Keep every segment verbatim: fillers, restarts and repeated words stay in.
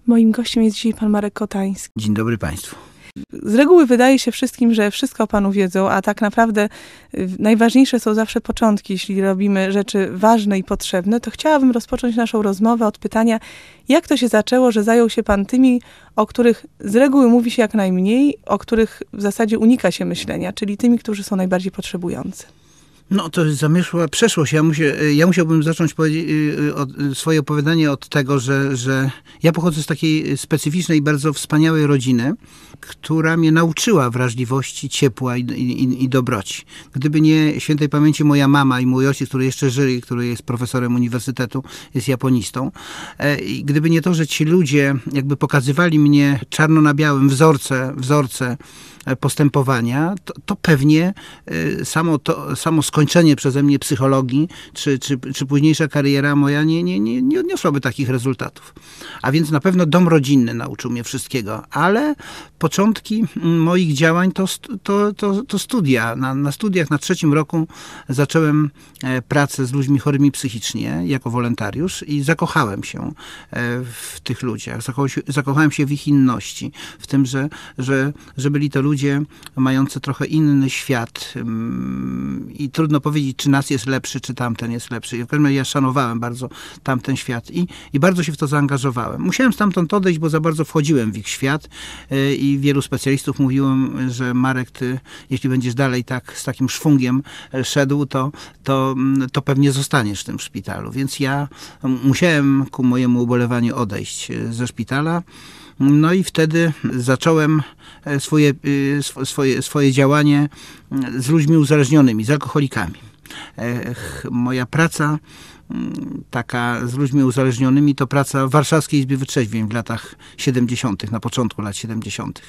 Moim gościem jest dzisiaj pan Marek Kotański. Dzień dobry Państwu. Z reguły wydaje się wszystkim, że wszystko o panu wiedzą, a tak naprawdę najważniejsze są zawsze początki. Jeśli robimy rzeczy ważne i potrzebne, to chciałabym rozpocząć naszą rozmowę od pytania, jak to się zaczęło, że zajął się pan tymi, o których z reguły mówi się jak najmniej, o których w zasadzie unika się myślenia, czyli tymi, którzy są najbardziej potrzebujący. No to jest zamieszła przeszłość. Ja, musia, ja musiałbym zacząć powiedzieć, od, swoje opowiadanie od tego, że, że ja pochodzę z takiej specyficznej, bardzo wspaniałej rodziny, która mnie nauczyła wrażliwości, ciepła i, i, i dobroci. Gdyby nie świętej pamięci moja mama i mój ojciec, który jeszcze żyje, który jest profesorem uniwersytetu, jest japonistą, i gdyby nie to, że ci ludzie jakby pokazywali mnie czarno na białym wzorce, wzorce postępowania, to, to pewnie samo, to, samo skończenie przeze mnie psychologii, czy, czy, czy późniejsza kariera moja nie, nie, nie, nie odniosłaby takich rezultatów. A więc na pewno dom rodzinny nauczył mnie wszystkiego, ale początki moich działań to, to, to, to studia. Na, na studiach na trzecim roku zacząłem pracę z ludźmi chorymi psychicznie jako wolontariusz i zakochałem się w tych ludziach. Zakochałem się, zakochałem się w ich inności, w tym, że, że, że byli to ludzie ludzie mający trochę inny świat i trudno powiedzieć, czy nas jest lepszy, czy tamten jest lepszy. I w każdym razie ja szanowałem bardzo tamten świat i, i bardzo się w to zaangażowałem. Musiałem stamtąd odejść, bo za bardzo wchodziłem w ich świat i wielu specjalistów mówiło, że Marek, ty, jeśli będziesz dalej tak z takim szwungiem szedł, to, to, to pewnie zostaniesz w tym szpitalu. Więc ja musiałem ku mojemu ubolewaniu odejść ze szpitala. No i wtedy zacząłem swoje, swoje, swoje działanie z ludźmi uzależnionymi, z alkoholikami. Moja praca taka z ludźmi uzależnionymi to praca w Warszawskiej Izbie Wytrzeźwień w latach siedemdziesiątych, na początku lat siedemdziesiątych.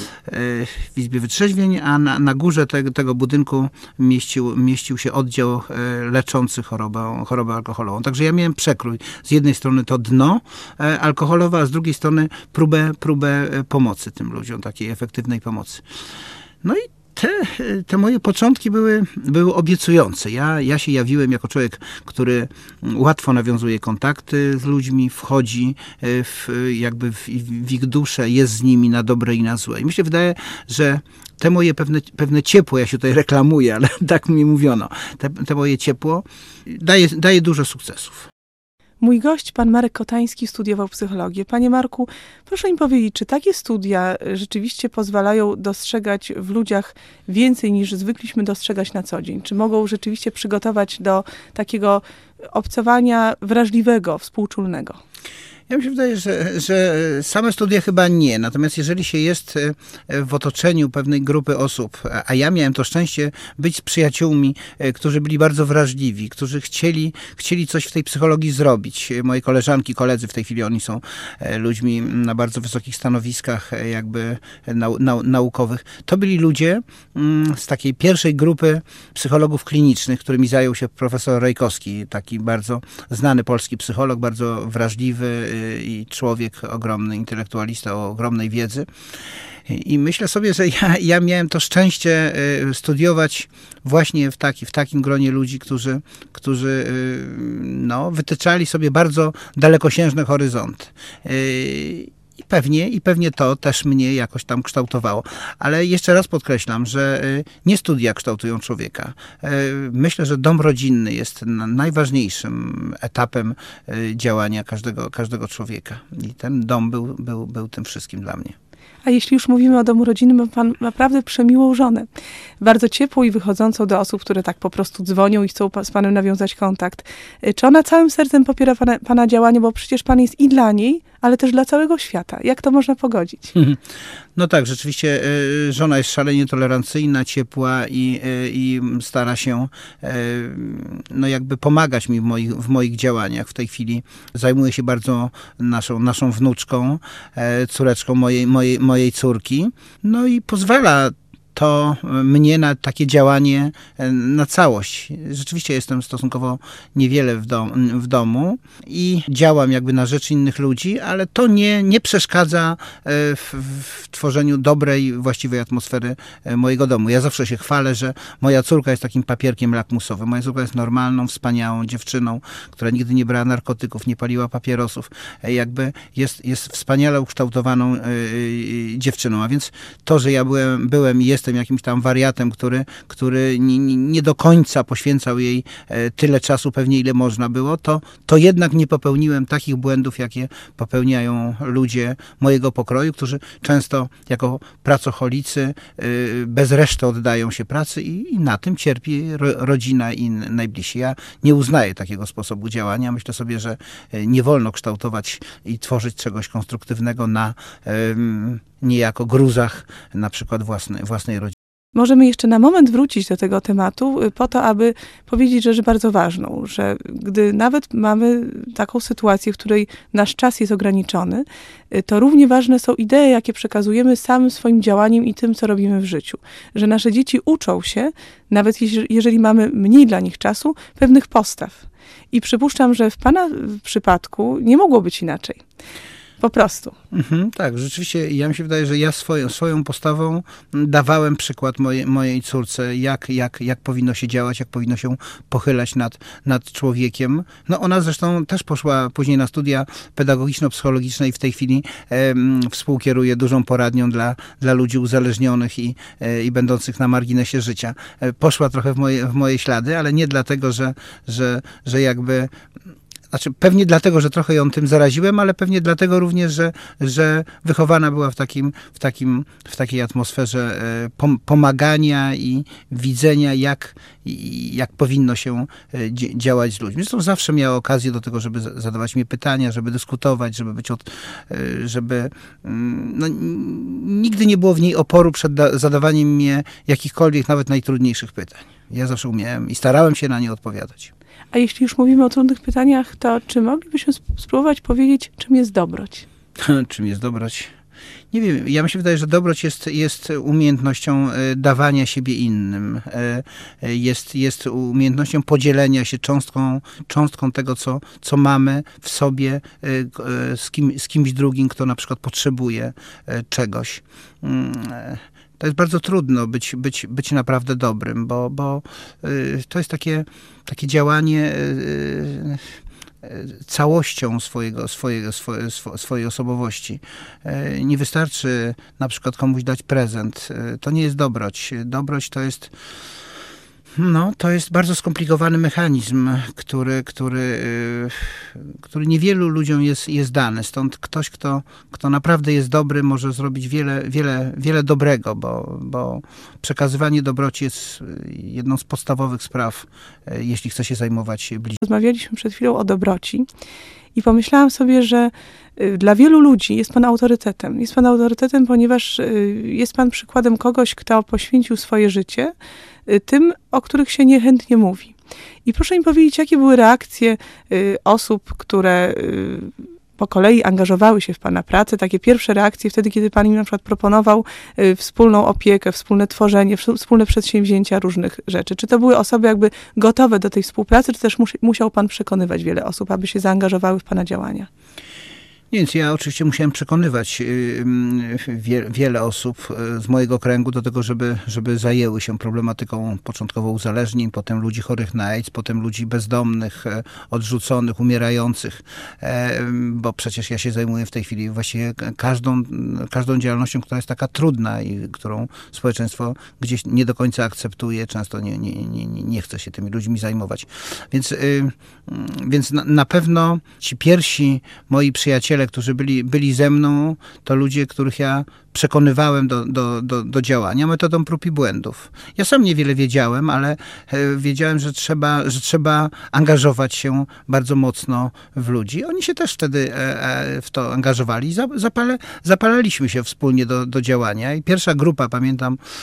W Izbie Wytrzeźwień, a na, na górze tego, tego budynku mieścił, mieścił się oddział leczący chorobę, chorobę alkoholową. Także ja miałem przekrój. Z jednej strony to dno alkoholowe, a z drugiej strony próbę, próbę pomocy tym ludziom, takiej efektywnej pomocy. No i Te, te moje początki były, były obiecujące. Ja, ja się jawiłem jako człowiek, który łatwo nawiązuje kontakty z ludźmi, wchodzi w, jakby w, w ich duszę, jest z nimi na dobre i na złe. I mi się wydaje, że te moje pewne, pewne ciepło, ja się tutaj reklamuję, ale tak mi mówiono, te, te moje ciepło daje, daje dużo sukcesów. Mój gość, pan Marek Kotański, studiował psychologię. Panie Marku, proszę mi powiedzieć, czy takie studia rzeczywiście pozwalają dostrzegać w ludziach więcej niż zwykliśmy dostrzegać na co dzień? Czy mogą rzeczywiście przygotować do takiego obcowania wrażliwego, współczulnego? Ja mi się wydaje, że, że same studia chyba nie. Natomiast jeżeli się jest w otoczeniu pewnej grupy osób, a ja miałem to szczęście być z przyjaciółmi, którzy byli bardzo wrażliwi, którzy chcieli, chcieli coś w tej psychologii zrobić. Moje koleżanki, koledzy w tej chwili, oni są ludźmi na bardzo wysokich stanowiskach jakby nau, nau, naukowych. To byli ludzie z takiej pierwszej grupy psychologów klinicznych, którymi zajął się profesor Rejkowski, taki bardzo znany polski psycholog, bardzo wrażliwy i człowiek ogromny, intelektualista o ogromnej wiedzy. I myślę sobie, że ja, ja miałem to szczęście studiować właśnie w, taki, w takim gronie ludzi, którzy, którzy no, wytyczali sobie bardzo dalekosiężne horyzonty. I pewnie, I pewnie to też mnie jakoś tam kształtowało. Ale jeszcze raz podkreślam, że nie studia kształtują człowieka. Myślę, że dom rodzinny jest najważniejszym etapem działania każdego, każdego człowieka. I ten dom był, był, był tym wszystkim dla mnie. A jeśli już mówimy o domu rodzinnym, ma pan naprawdę przemiłą żonę. Bardzo ciepłą i wychodzącą do osób, które tak po prostu dzwonią i chcą z panem nawiązać kontakt. Czy ona całym sercem popiera pana, pana działanie, bo przecież pan jest i dla niej, ale też dla całego świata. Jak to można pogodzić? No tak, rzeczywiście żona jest szalenie tolerancyjna, ciepła i, i stara się no jakby pomagać mi w moich, w moich działaniach. W tej chwili zajmuje się bardzo naszą, naszą wnuczką, córeczką mojej, mojej, mojej córki. No i pozwala to mnie na takie działanie na całość. Rzeczywiście jestem stosunkowo niewiele w, dom, w domu i działam jakby na rzecz innych ludzi, ale to nie, nie przeszkadza w, w tworzeniu dobrej, właściwej atmosfery mojego domu. Ja zawsze się chwalę, że moja córka jest takim papierkiem lakmusowym. Moja córka jest normalną, wspaniałą dziewczyną, która nigdy nie brała narkotyków, nie paliła papierosów. Jakby jest, jest wspaniale ukształtowaną dziewczyną. A więc to, że ja byłem, byłem i jestem jakimś tam wariatem, który, który nie, nie do końca poświęcał jej tyle czasu, pewnie ile można było, to, to jednak nie popełniłem takich błędów, jakie popełniają ludzie mojego pokroju, którzy często jako pracocholicy bez reszty oddają się pracy i, i na tym cierpi ro, rodzina i najbliżsi. Ja nie uznaję takiego sposobu działania. Myślę sobie, że nie wolno kształtować i tworzyć czegoś konstruktywnego na um, niejako gruzach na przykład własnej, własnej rodziny. Możemy jeszcze na moment wrócić do tego tematu po to, aby powiedzieć rzecz bardzo ważną, że gdy nawet mamy taką sytuację, w której nasz czas jest ograniczony, to równie ważne są idee, jakie przekazujemy samym swoim działaniem i tym, co robimy w życiu. Że nasze dzieci uczą się, nawet jeżeli mamy mniej dla nich czasu, pewnych postaw. I przypuszczam, że w Pana przypadku nie mogło być inaczej. Po prostu. Mhm, tak, rzeczywiście ja mi się wydaje, że ja swoją, swoją postawą dawałem przykład mojej, mojej córce, jak, jak, jak powinno się działać, jak powinno się pochylać nad, nad człowiekiem. No ona zresztą też poszła później na studia pedagogiczno-psychologiczne i w tej chwili e, współkieruje dużą poradnią dla, dla ludzi uzależnionych i, e, i będących na marginesie życia. E, poszła trochę w moje, w moje ślady, ale nie dlatego, że, że, że jakby... Znaczy, pewnie dlatego, że trochę ją tym zaraziłem, ale pewnie dlatego również, że, że wychowana była w, takim, w, takim, w takiej atmosferze pomagania i widzenia, jak, jak powinno się działać z ludźmi. Zresztą zawsze miała okazję do tego, żeby zadawać mi pytania, żeby dyskutować, żeby być od, żeby... No, nigdy nie było w niej oporu przed zadawaniem mnie jakichkolwiek, nawet najtrudniejszych pytań. Ja zawsze umiałem i starałem się na nie odpowiadać. A jeśli już mówimy o trudnych pytaniach, to czy moglibyśmy spróbować powiedzieć, czym jest dobroć? Czym jest dobroć? Nie wiem, ja mi się wydaje, że dobroć jest, jest umiejętnością dawania siebie innym. Jest, jest umiejętnością podzielenia się cząstką, cząstką tego, co, co mamy w sobie z, kim, z kimś drugim, kto na przykład potrzebuje czegoś. To jest bardzo trudno być, być, być naprawdę dobrym, bo, bo to jest takie, takie działanie całością swojego, swojego, swoje, swojej osobowości. Nie wystarczy na przykład komuś dać prezent. To nie jest dobroć. Dobroć to jest... No, to jest bardzo skomplikowany mechanizm, który, który, który niewielu ludziom jest, jest dany. Stąd ktoś, kto, kto naprawdę jest dobry, może zrobić wiele, wiele, wiele dobrego, bo, bo przekazywanie dobroci jest jedną z podstawowych spraw, jeśli chce się zajmować bliźnim. Rozmawialiśmy przed chwilą o dobroci i pomyślałam sobie, że dla wielu ludzi jest Pan autorytetem. Jest Pan autorytetem, ponieważ jest Pan przykładem kogoś, kto poświęcił swoje życie tym, o których się niechętnie mówi. I proszę mi powiedzieć, jakie były reakcje osób, które po kolei angażowały się w Pana pracę, takie pierwsze reakcje wtedy, kiedy Pan im na przykład proponował wspólną opiekę, wspólne tworzenie, wspólne przedsięwzięcia różnych rzeczy. Czy to były osoby jakby gotowe do tej współpracy, czy też musiał Pan przekonywać wiele osób, aby się zaangażowały w Pana działania? Więc ja oczywiście musiałem przekonywać wie, wiele osób z mojego kręgu do tego, żeby, żeby zajęły się problematyką początkowo uzależnień, potem ludzi chorych na AIDS, potem ludzi bezdomnych, odrzuconych, umierających, bo przecież ja się zajmuję w tej chwili właściwie każdą, każdą działalnością, która jest taka trudna i którą społeczeństwo gdzieś nie do końca akceptuje, często nie, nie, nie, nie chce się tymi ludźmi zajmować. Więc, więc na, na pewno ci pierwsi moi przyjaciele, którzy byli, byli ze mną, to ludzie, których ja przekonywałem do, do, do, do działania metodą prób i błędów. Ja sam niewiele wiedziałem, ale wiedziałem, że trzeba, że trzeba angażować się bardzo mocno w ludzi. Oni się też wtedy w to angażowali. Zapale, zapalaliśmy się wspólnie do, do działania. I pierwsza grupa, pamiętam,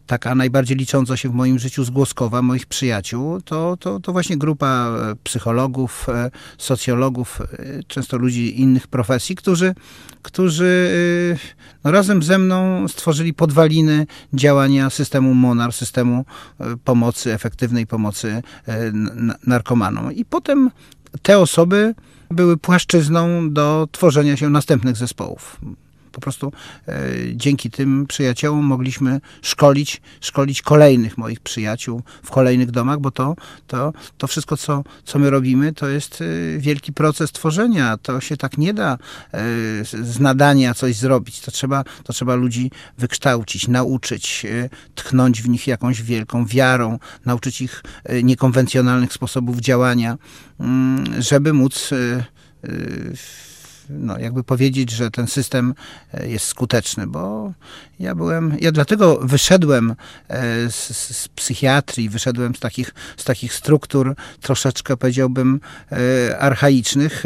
taka najbardziej licząca się w moim życiu zgłoskowa moich przyjaciół, to, to, to właśnie grupa psychologów, socjologów, często ludzi innych profesji, którzy, którzy no, razem ze mną stworzyli podwaliny działania systemu MONAR, systemu pomocy, efektywnej pomocy narkomanom. I potem te osoby były płaszczyzną do tworzenia się następnych zespołów. Po prostu e, dzięki tym przyjaciołom mogliśmy szkolić, szkolić kolejnych moich przyjaciół w kolejnych domach, bo to, to, to wszystko, co, co my robimy, to jest e, wielki proces tworzenia. To się tak nie da e, z nadania coś zrobić. To trzeba, to trzeba ludzi wykształcić, nauczyć, e, tchnąć w nich jakąś wielką wiarą, nauczyć ich e, niekonwencjonalnych sposobów działania, m, żeby móc e, e, no, jakby powiedzieć, że ten system jest skuteczny, bo ja byłem, ja dlatego wyszedłem z, z psychiatrii, wyszedłem z takich, z takich struktur troszeczkę, powiedziałbym, archaicznych,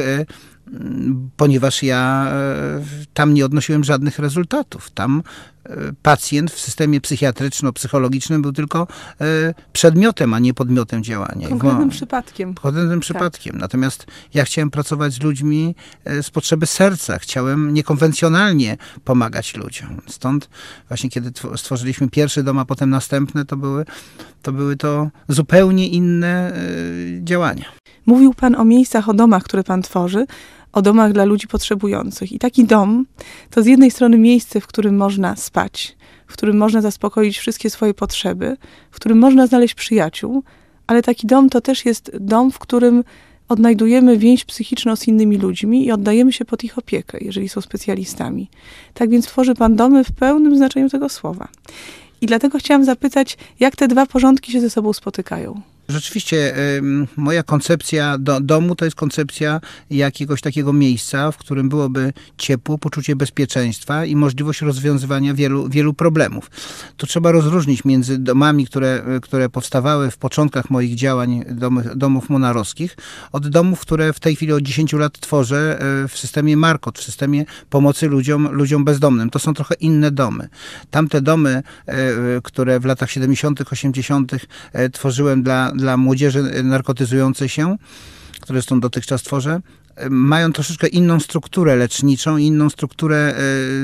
ponieważ ja tam nie odnosiłem żadnych rezultatów. Tam pacjent w systemie psychiatryczno-psychologicznym był tylko przedmiotem, a nie podmiotem działania. Konkretnym przypadkiem. Konkretnym przypadkiem. Natomiast ja chciałem pracować z ludźmi z potrzeby serca. Chciałem niekonwencjonalnie pomagać ludziom. Stąd właśnie kiedy stworzyliśmy pierwszy dom, a potem następne, to były to, były to zupełnie inne działania. Mówił pan o miejscach, o domach, które pan tworzy, o domach dla ludzi potrzebujących. I taki dom to z jednej strony miejsce, w którym można spać, w którym można zaspokoić wszystkie swoje potrzeby, w którym można znaleźć przyjaciół, ale taki dom to też jest dom, w którym odnajdujemy więź psychiczną z innymi ludźmi i oddajemy się pod ich opiekę, jeżeli są specjalistami. Tak więc tworzy pan domy w pełnym znaczeniu tego słowa. I dlatego chciałam zapytać, jak te dwa porządki się ze sobą spotykają? Rzeczywiście moja koncepcja do, domu to jest koncepcja jakiegoś takiego miejsca, w którym byłoby ciepło, poczucie bezpieczeństwa i możliwość rozwiązywania wielu, wielu problemów. Tu trzeba rozróżnić między domami, które, które powstawały w początkach moich działań domy, domów monarowskich, od domów, które w tej chwili od dziesięciu lat tworzę w systemie Markot, w systemie pomocy ludziom, ludziom bezdomnym. To są trochę inne domy. Tamte domy, które w latach siedemdziesiątych, osiemdziesiątych tworzyłem dla dla młodzieży narkotyzującej się, które zresztą dotychczas tworzę, mają troszeczkę inną strukturę leczniczą, inną strukturę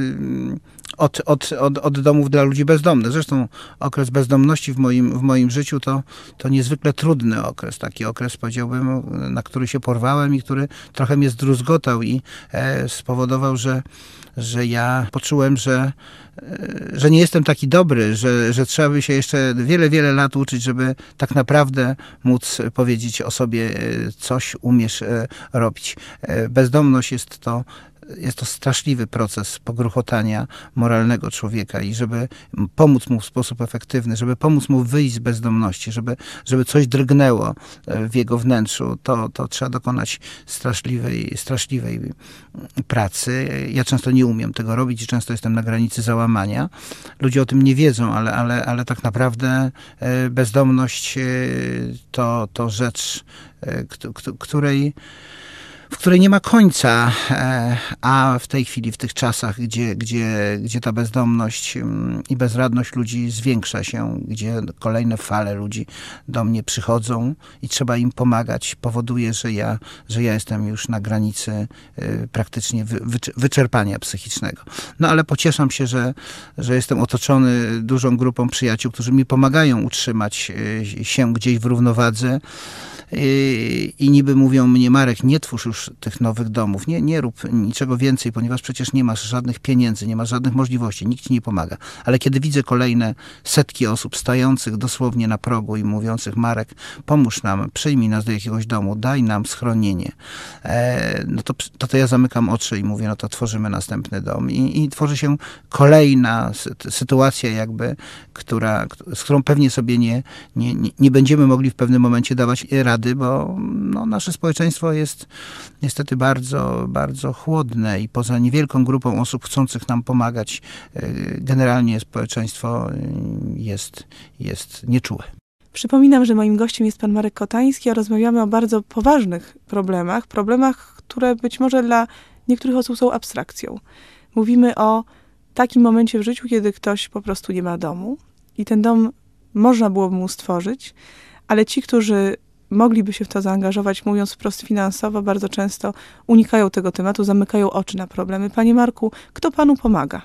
od, od, od, od domów dla ludzi bezdomnych. Zresztą okres bezdomności w moim, w moim życiu to, to niezwykle trudny okres. Taki okres, powiedziałbym, na który się porwałem i który trochę mnie zdruzgotał i spowodował, że, że ja poczułem, że że nie jestem taki dobry, że, że trzeba by się jeszcze wiele, wiele lat uczyć, żeby tak naprawdę móc powiedzieć o sobie, coś umiesz robić. Bezdomność jest to jest to straszliwy proces pogruchotania moralnego człowieka i żeby pomóc mu w sposób efektywny, żeby pomóc mu wyjść z bezdomności, żeby, żeby coś drgnęło w jego wnętrzu, to, to trzeba dokonać straszliwej, straszliwej pracy. Ja często nie umiem tego robić i często jestem na granicy załamania. Ludzie o tym nie wiedzą, ale, ale, ale tak naprawdę bezdomność to, to rzecz, której w której nie ma końca, a w tej chwili, w tych czasach, gdzie, gdzie, gdzie ta bezdomność i bezradność ludzi zwiększa się, gdzie kolejne fale ludzi do mnie przychodzą i trzeba im pomagać, powoduje, że ja, że ja jestem już na granicy praktycznie wyczerpania psychicznego. No ale pocieszam się, że, że jestem otoczony dużą grupą przyjaciół, którzy mi pomagają utrzymać się gdzieś w równowadze. I, i niby mówią mnie: Marek, nie twórz już tych nowych domów, nie, nie rób niczego więcej, ponieważ przecież nie masz żadnych pieniędzy, nie masz żadnych możliwości, nikt ci nie pomaga. Ale kiedy widzę kolejne setki osób stających dosłownie na progu i mówiących: Marek, pomóż nam, przyjmij nas do jakiegoś domu, daj nam schronienie, e, no to, to to ja zamykam oczy i mówię: no to tworzymy następny dom. I, i tworzy się kolejna sytuacja jakby, która, z którą pewnie sobie nie, nie, nie będziemy mogli w pewnym momencie dawać rady, bo no, nasze społeczeństwo jest niestety bardzo, bardzo chłodne i poza niewielką grupą osób chcących nam pomagać, generalnie społeczeństwo jest, jest nieczułe. Przypominam, że moim gościem jest pan Marek Kotański, a rozmawiamy o bardzo poważnych problemach, problemach, które być może dla niektórych osób są abstrakcją. Mówimy o takim momencie w życiu, kiedy ktoś po prostu nie ma domu i ten dom można byłoby mu stworzyć, ale ci, którzy mogliby się w to zaangażować, mówiąc wprost finansowo, bardzo często unikają tego tematu, zamykają oczy na problemy. Panie Marku, kto panu pomaga?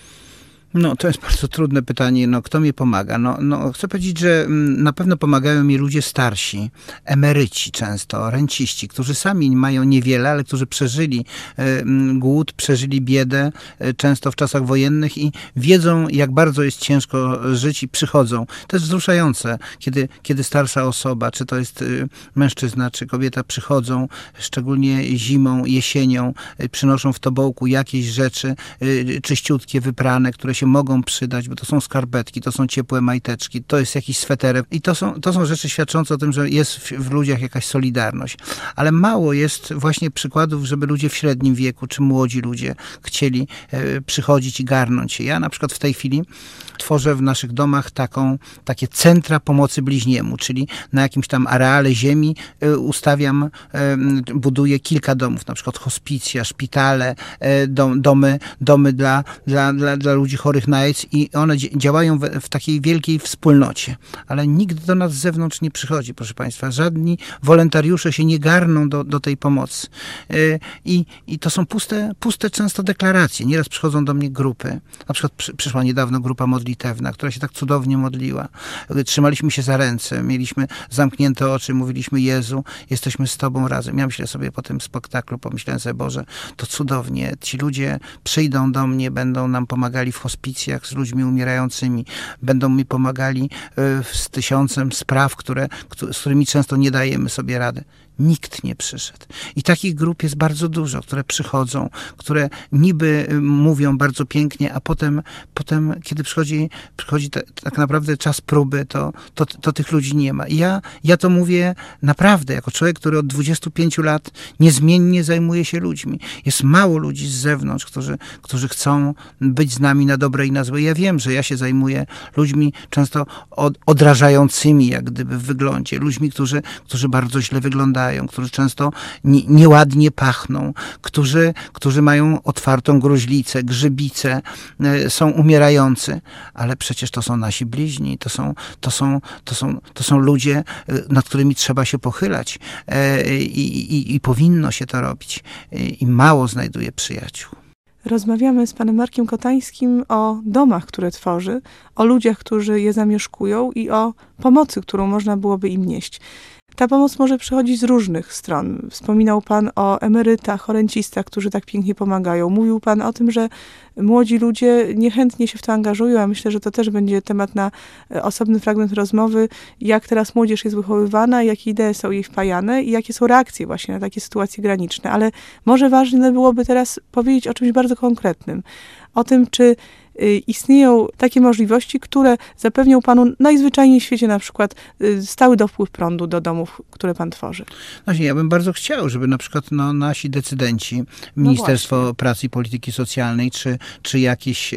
No, to jest bardzo trudne pytanie. No, kto mi pomaga? No, no, chcę powiedzieć, że na pewno pomagają mi ludzie starsi, emeryci często, renciści, którzy sami mają niewiele, ale którzy przeżyli e, głód, przeżyli biedę, e, często w czasach wojennych i wiedzą, jak bardzo jest ciężko żyć i przychodzą. To jest wzruszające, kiedy, kiedy starsza osoba, czy to jest e, mężczyzna, czy kobieta, przychodzą, szczególnie zimą, jesienią, e, przynoszą w tobołku jakieś rzeczy e, czyściutkie, wyprane, które się mogą przydać, bo to są skarpetki, to są ciepłe majteczki, to jest jakiś sweterek i to są, to są rzeczy świadczące o tym, że jest w, w ludziach jakaś solidarność. Ale mało jest właśnie przykładów, żeby ludzie w średnim wieku, czy młodzi ludzie chcieli e, przychodzić i garnąć się. Ja na przykład w tej chwili tworzę w naszych domach taką, takie centra pomocy bliźniemu, czyli na jakimś tam areale ziemi e, ustawiam, e, buduję kilka domów, na przykład hospicja, szpitale, e, dom, domy, domy dla, dla, dla, dla ludzi chorych na AIDS i one działają w, w takiej wielkiej wspólnocie. Ale nikt do nas z zewnątrz nie przychodzi, proszę Państwa. Żadni wolontariusze się nie garną do, do tej pomocy. Yy, i, I to są puste, puste często deklaracje. Nieraz przychodzą do mnie grupy. Na przykład przy, przyszła niedawno grupa modlitewna, która się tak cudownie modliła. Trzymaliśmy się za ręce, mieliśmy zamknięte oczy, mówiliśmy: Jezu, jesteśmy z Tobą razem. Ja myślę sobie po tym spektaklu, pomyślałem sobie: Boże, to cudownie. Ci ludzie przyjdą do mnie, będą nam pomagali w hospicjach z ludźmi umierającymi, będą mi pomagali z tysiącem spraw, które, z którymi często nie dajemy sobie rady. Nikt nie przyszedł. I takich grup jest bardzo dużo, które przychodzą, które niby mówią bardzo pięknie, a potem, potem kiedy przychodzi, przychodzi te, tak naprawdę czas próby, to, to, to tych ludzi nie ma. I ja, ja to mówię naprawdę, jako człowiek, który od dwudziestu pięciu lat niezmiennie zajmuje się ludźmi. Jest mało ludzi z zewnątrz, którzy, którzy chcą być z nami na dobre i na złe. Ja wiem, że ja się zajmuję ludźmi często od, odrażającymi, jak gdyby w wyglądzie. Ludźmi, którzy, którzy bardzo źle wyglądają, którzy często nie, nieładnie pachną, którzy, którzy mają otwartą gruźlicę, grzybicę, y, są umierający, ale przecież to są nasi bliźni, to są, to są, to są, to są ludzie, y, nad którymi trzeba się pochylać y, i, i powinno się to robić. Y, I mało znajduje przyjaciół. Rozmawiamy z panem Markiem Kotańskim o domach, które tworzy, o ludziach, którzy je zamieszkują i o pomocy, którą można byłoby im nieść. Ta pomoc może przychodzić z różnych stron. Wspominał pan o emerytach, o rencistach, którzy tak pięknie pomagają. Mówił pan o tym, że młodzi ludzie niechętnie się w to angażują, a myślę, że to też będzie temat na osobny fragment rozmowy, jak teraz młodzież jest wychowywana, jakie idee są jej wpajane i jakie są reakcje właśnie na takie sytuacje graniczne. Ale może ważne byłoby teraz powiedzieć o czymś bardzo konkretnym. O tym, czy istnieją takie możliwości, które zapewnią panu najzwyczajniej w świecie na przykład stały dopływ prądu do domów, które pan tworzy. Właśnie, ja bym bardzo chciał, żeby na przykład no, nasi decydenci, Ministerstwo no Pracy i Polityki Socjalnej, czy, czy jakieś,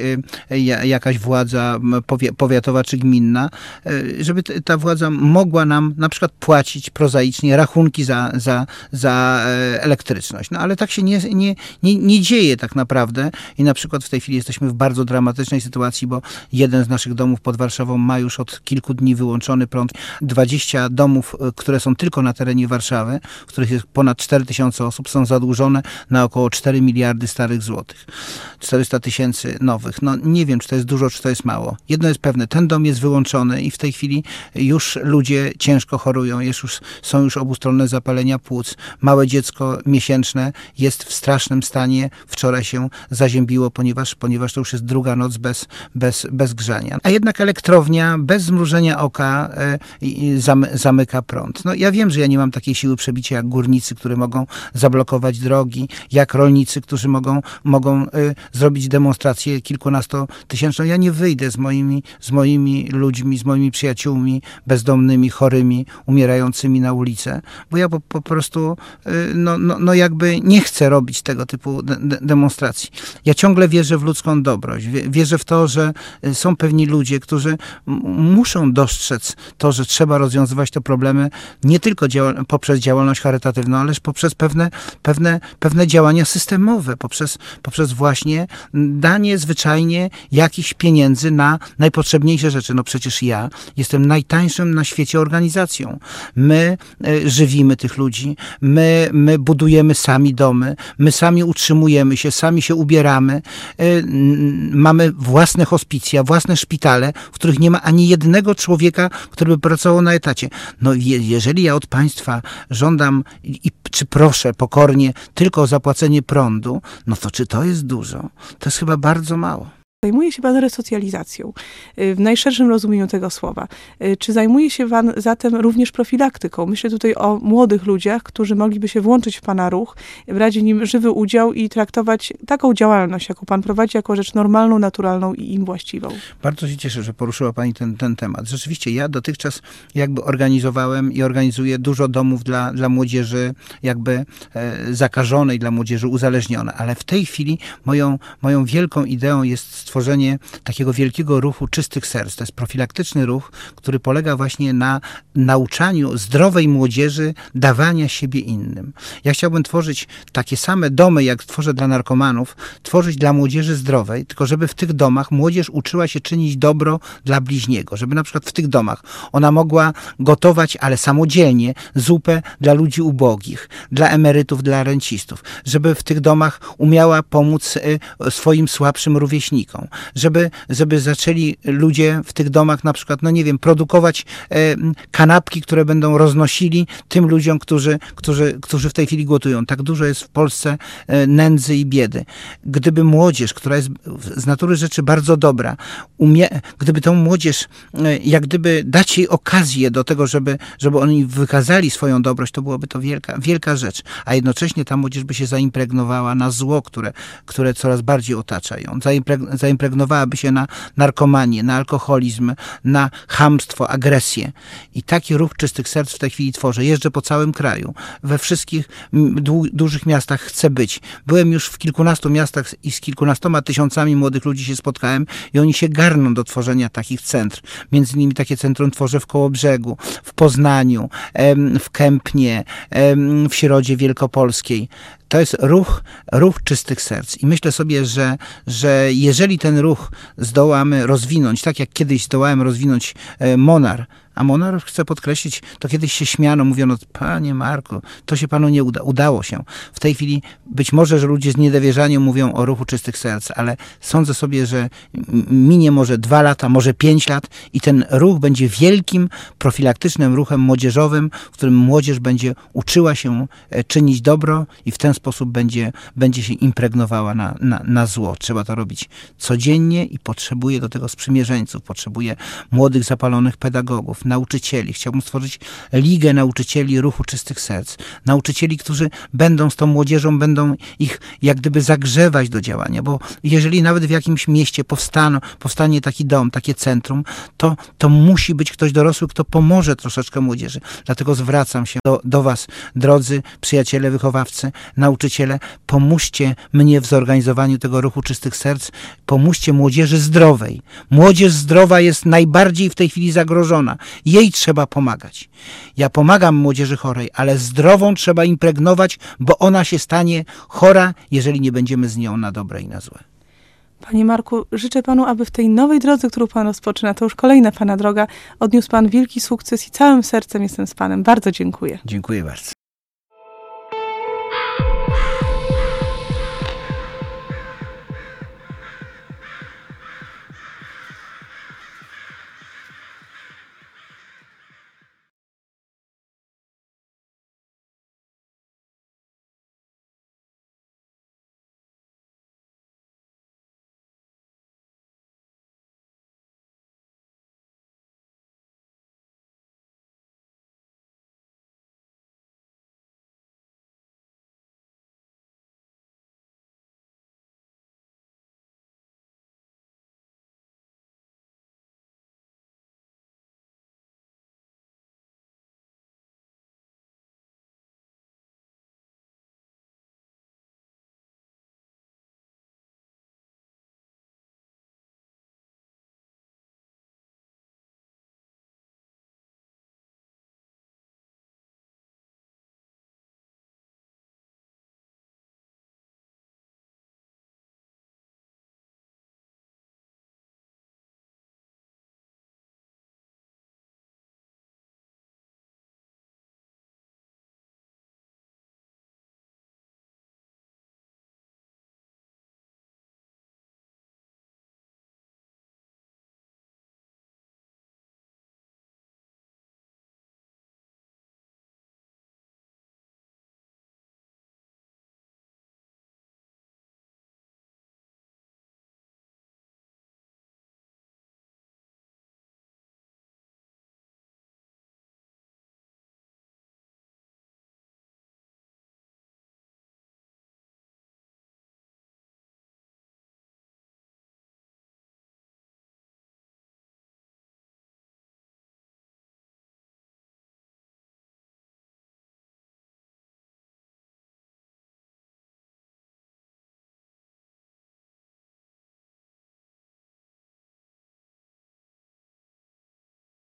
jakaś władza powie, powiatowa czy gminna, żeby ta władza mogła nam na przykład płacić prozaicznie rachunki za, za, za elektryczność. No ale tak się nie, nie, nie, nie dzieje tak naprawdę i na przykład w tej chwili jesteśmy w bardzo dramatycznej sytuacji, bo jeden z naszych domów pod Warszawą ma już od kilku dni wyłączony prąd. dwadzieścia domów, które są tylko na terenie Warszawy, w których jest ponad cztery tysiące osób, są zadłużone na około cztery miliardy starych złotych. czterysta tysięcy nowych. No nie wiem, czy to jest dużo, czy to jest mało. Jedno jest pewne, ten dom jest wyłączony i w tej chwili już ludzie ciężko chorują, jest już, są już obustronne zapalenia płuc. Małe dziecko miesięczne jest w strasznym stanie. Wczoraj się zaziębiło, ponieważ, ponieważ to już jest druga noc bez, bez, bez grzania. A jednak elektrownia bez zmrużenia oka y, y, zamy, zamyka prąd. No ja wiem, że ja nie mam takiej siły przebicia jak górnicy, którzy mogą zablokować drogi, jak rolnicy, którzy mogą, mogą y, zrobić demonstrację kilkunastotysięczną. Ja nie wyjdę z moimi, z moimi ludźmi, z moimi przyjaciółmi bezdomnymi, chorymi, umierającymi na ulicę, bo ja po, po prostu y, no, no, no jakby nie chcę robić tego typu de, de, demonstracji. Ja ciągle wierzę w ludzką dobrość. wierzę w to, że są pewni ludzie, którzy m- muszą dostrzec to, że trzeba rozwiązywać te problemy nie tylko działa- poprzez działalność charytatywną, ależ poprzez pewne, pewne, pewne działania systemowe, poprzez, poprzez właśnie danie zwyczajnie jakichś pieniędzy na najpotrzebniejsze rzeczy. No przecież ja jestem najtańszym na świecie organizacją. My y, żywimy tych ludzi, my, my budujemy sami domy, my sami utrzymujemy się, sami się ubieramy, y, mamy własne hospicja, własne szpitale, w których nie ma ani jednego człowieka, który by pracował na etacie. No je, jeżeli ja od państwa żądam i czy proszę pokornie tylko o zapłacenie prądu, no to czy to jest dużo? To jest chyba bardzo mało. Zajmuje się pan resocjalizacją, w najszerszym rozumieniu tego słowa. Czy zajmuje się pan zatem również profilaktyką? Myślę tutaj o młodych ludziach, którzy mogliby się włączyć w pana ruch, brać w nim żywy udział i traktować taką działalność, jaką pan prowadzi, jako rzecz normalną, naturalną i im właściwą. Bardzo się cieszę, że poruszyła pani ten, ten temat. Rzeczywiście ja dotychczas jakby organizowałem i organizuję dużo domów dla, dla młodzieży jakby e, zakażonej, dla młodzieży uzależnionej, ale w tej chwili moją, moją wielką ideą jest stworzenie stworzenie takiego wielkiego ruchu czystych serc. To jest profilaktyczny ruch, który polega właśnie na nauczaniu zdrowej młodzieży dawania siebie innym. Ja chciałbym tworzyć takie same domy, jak tworzę dla narkomanów, tworzyć dla młodzieży zdrowej, tylko żeby w tych domach młodzież uczyła się czynić dobro dla bliźniego. Żeby na przykład w tych domach ona mogła gotować, ale samodzielnie, zupę dla ludzi ubogich, dla emerytów, dla rencistów. Żeby w tych domach umiała pomóc y, swoim słabszym rówieśnikom. Żeby, żeby zaczęli ludzie w tych domach na przykład, no nie wiem, produkować e, kanapki, które będą roznosili tym ludziom, którzy, którzy, którzy w tej chwili głodują. Tak dużo jest w Polsce e, nędzy i biedy. Gdyby młodzież, która jest z natury rzeczy bardzo dobra, umie, gdyby tą młodzież, e, jak gdyby dać jej okazję do tego, żeby, żeby oni wykazali swoją dobroć, to byłoby to wielka, wielka rzecz. A jednocześnie ta młodzież by się zaimpregnowała na zło, które, które coraz bardziej otacza ją. Zaimpreg- zaimpregnowałaby się na narkomanię, na alkoholizm, na chamstwo, agresję. I taki ruch czystych serc w tej chwili tworzę. Jeżdżę po całym kraju. We wszystkich du- dużych miastach chcę być. Byłem już w kilkunastu miastach i z kilkunastoma tysiącami młodych ludzi się spotkałem i oni się garną do tworzenia takich centr. Między innymi takie centrum tworzę w Kołobrzegu, w Poznaniu, w Kępnie, w Środzie Wielkopolskiej. To jest ruch, ruch czystych serc. I myślę sobie, że, że jeżeli ten ruch zdołamy rozwinąć, tak jak kiedyś zdołałem rozwinąć Monar, a Monar, chcę podkreślić, to kiedyś się śmiano, mówiono, panie Marku, to się panu nie uda. Udało się. W tej chwili być może, że ludzie z niedowierzaniem mówią o ruchu czystych serc, ale sądzę sobie, że minie może dwa lata, może pięć lat i ten ruch będzie wielkim, profilaktycznym ruchem młodzieżowym, w którym młodzież będzie uczyła się czynić dobro i w ten sposób będzie, będzie się impregnowała na, na, na zło. Trzeba to robić codziennie i potrzebuje do tego sprzymierzeńców, potrzebuje młodych, zapalonych pedagogów, nauczycieli. Chciałbym stworzyć ligę nauczycieli ruchu czystych serc. Nauczycieli, którzy będą z tą młodzieżą, będą ich jak gdyby zagrzewać do działania, bo jeżeli nawet w jakimś mieście powstaną, powstanie taki dom, takie centrum, to, to musi być ktoś dorosły, kto pomoże troszeczkę młodzieży. Dlatego zwracam się do, do was, drodzy przyjaciele, wychowawcy, nauczyciele, pomóżcie mnie w zorganizowaniu tego ruchu czystych serc, pomóżcie młodzieży zdrowej. Młodzież zdrowa jest najbardziej w tej chwili zagrożona. Jej trzeba pomagać. Ja pomagam młodzieży chorej, ale zdrową trzeba impregnować, bo ona się stanie chora, jeżeli nie będziemy z nią na dobre i na złe. Panie Marku, życzę panu, aby w tej nowej drodze, którą pan rozpoczyna, to już kolejna pana droga, odniósł pan wielki sukces i całym sercem jestem z panem. Bardzo dziękuję. Dziękuję bardzo.